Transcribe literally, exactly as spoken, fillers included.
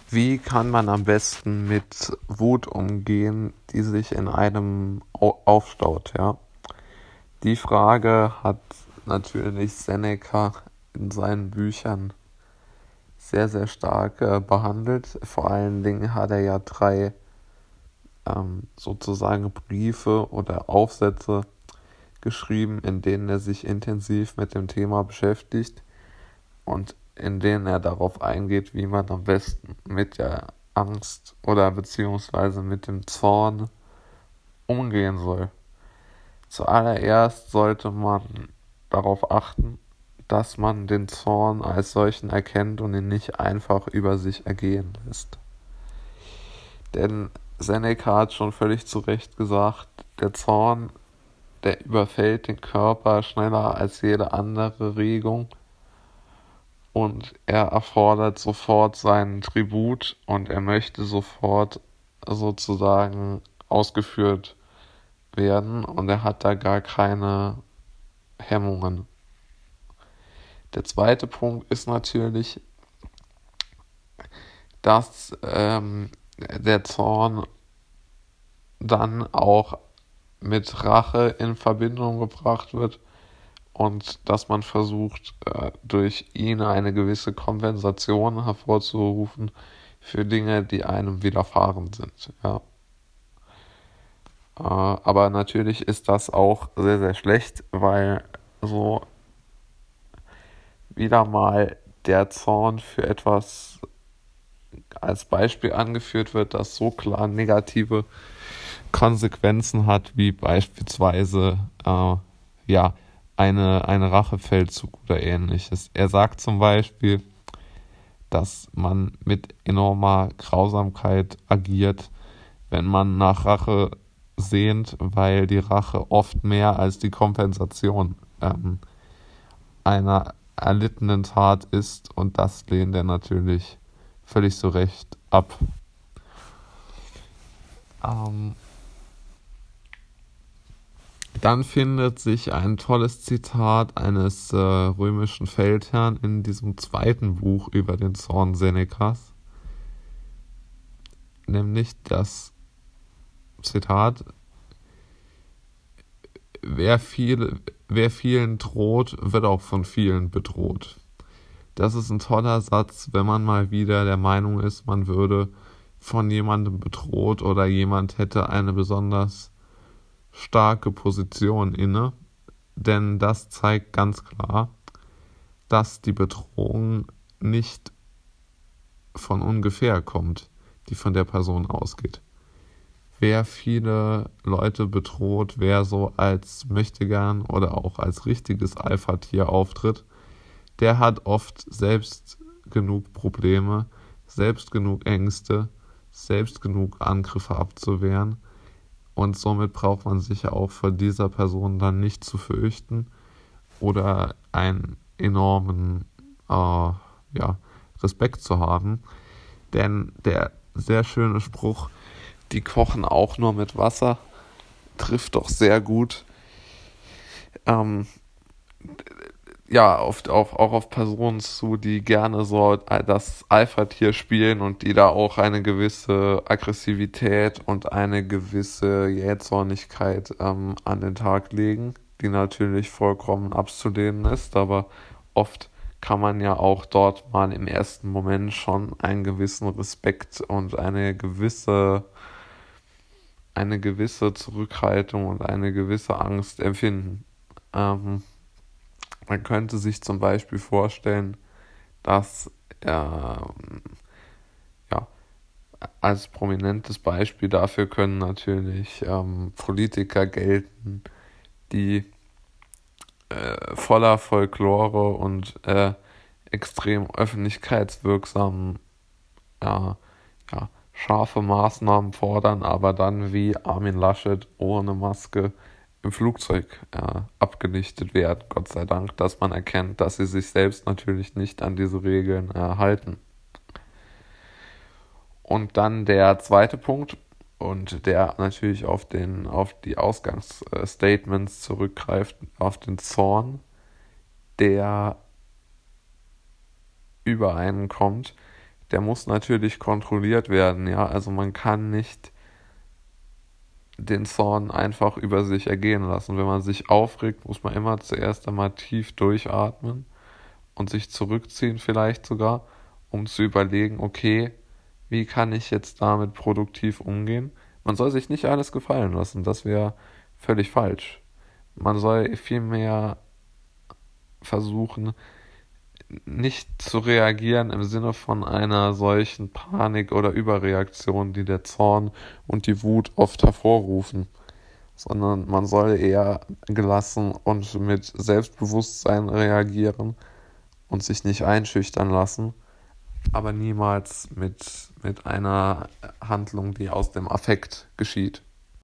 Wie kann man am besten mit Wut umgehen, die sich in einem au- aufstaut, ja? Die Frage hat natürlich Seneca in seinen Büchern sehr, sehr stark äh, behandelt. Vor allen Dingen hat er ja drei ähm, sozusagen Briefe oder Aufsätze geschrieben, in denen er sich intensiv mit dem Thema beschäftigt und in denen er darauf eingeht, wie man am besten mit der Angst oder beziehungsweise mit dem Zorn umgehen soll. Zuallererst sollte man darauf achten, dass man den Zorn als solchen erkennt und ihn nicht einfach über sich ergehen lässt. Denn Seneca hat schon völlig zu Recht gesagt, der Zorn, der überfällt den Körper schneller als jede andere Regung und er erfordert sofort seinen Tribut und er möchte sofort sozusagen ausgeführt werden und er hat da gar keine Hemmungen. Der zweite Punkt ist natürlich, dass ähm, der Zorn dann auch mit Rache in Verbindung gebracht wird und dass man versucht, äh, durch ihn eine gewisse Kompensation hervorzurufen für Dinge, die einem widerfahren sind. Ja. Äh, aber natürlich ist das auch sehr, sehr schlecht, weil so wieder mal der Zorn für etwas als Beispiel angeführt wird, das so klar negative Konsequenzen hat, wie beispielsweise äh, ja eine, eine Rachefeldzug oder ähnliches. Er sagt zum Beispiel, dass man mit enormer Grausamkeit agiert, wenn man nach Rache sehnt, weil die Rache oft mehr als die Kompensation ähm, einer erlittenen Tat ist und das lehnt er natürlich völlig zu Recht ab. Ähm, Dann findet sich ein tolles Zitat eines äh, römischen Feldherrn in diesem zweiten Buch über den Zorn Senecas, nämlich das Zitat: Wer, viel, wer vielen droht, wird auch von vielen bedroht. Das ist ein toller Satz, wenn man mal wieder der Meinung ist, man würde von jemandem bedroht oder jemand hätte eine besonders starke Position inne, denn das zeigt ganz klar, dass die Bedrohung nicht von ungefähr kommt, die von der Person ausgeht. Wer viele Leute bedroht, wer so als Möchtegern oder auch als richtiges Alpha-Tier auftritt, der hat oft selbst genug Probleme, selbst genug Ängste, selbst genug Angriffe abzuwehren und somit braucht man sich ja auch vor dieser Person dann nicht zu fürchten oder einen enormen äh, ja, Respekt zu haben. Denn der sehr schöne Spruch, die kochen auch nur mit Wasser, trifft doch sehr gut. Ähm, ja, oft auf, auch auf Personen zu, die gerne so das Alpha-Tier spielen und die da auch eine gewisse Aggressivität und eine gewisse Jähzornigkeit ähm, an den Tag legen, die natürlich vollkommen abzulehnen ist, aber oft kann man ja auch dort mal im ersten Moment schon einen gewissen Respekt und eine gewisse eine gewisse Zurückhaltung und eine gewisse Angst empfinden. Ähm, Man könnte sich zum Beispiel vorstellen, dass er, ja, als prominentes Beispiel dafür können natürlich ähm, Politiker gelten, die äh, voller Folklore und äh, extrem öffentlichkeitswirksam äh, ja, scharfe Maßnahmen fordern, aber dann wie Armin Laschet ohne Maske im Flugzeug äh, abgelichtet werden. Gott sei Dank, dass man erkennt, dass sie sich selbst natürlich nicht an diese Regeln äh, halten. Und dann der zweite Punkt, und der natürlich auf den auf die Ausgangsstatements zurückgreift, auf den Zorn, der über einen kommt, der muss natürlich kontrolliert werden, ja. Also man kann nicht den Zorn einfach über sich ergehen lassen. Wenn man sich aufregt, muss man immer zuerst einmal tief durchatmen und sich zurückziehen vielleicht sogar, um zu überlegen, okay, wie kann ich jetzt damit produktiv umgehen? Man soll sich nicht alles gefallen lassen, das wäre völlig falsch. Man soll vielmehr versuchen, nicht zu reagieren im Sinne von einer solchen Panik oder Überreaktion, die der Zorn und die Wut oft hervorrufen, sondern man soll eher gelassen und mit Selbstbewusstsein reagieren und sich nicht einschüchtern lassen, aber niemals mit, mit einer Handlung, die aus dem Affekt geschieht.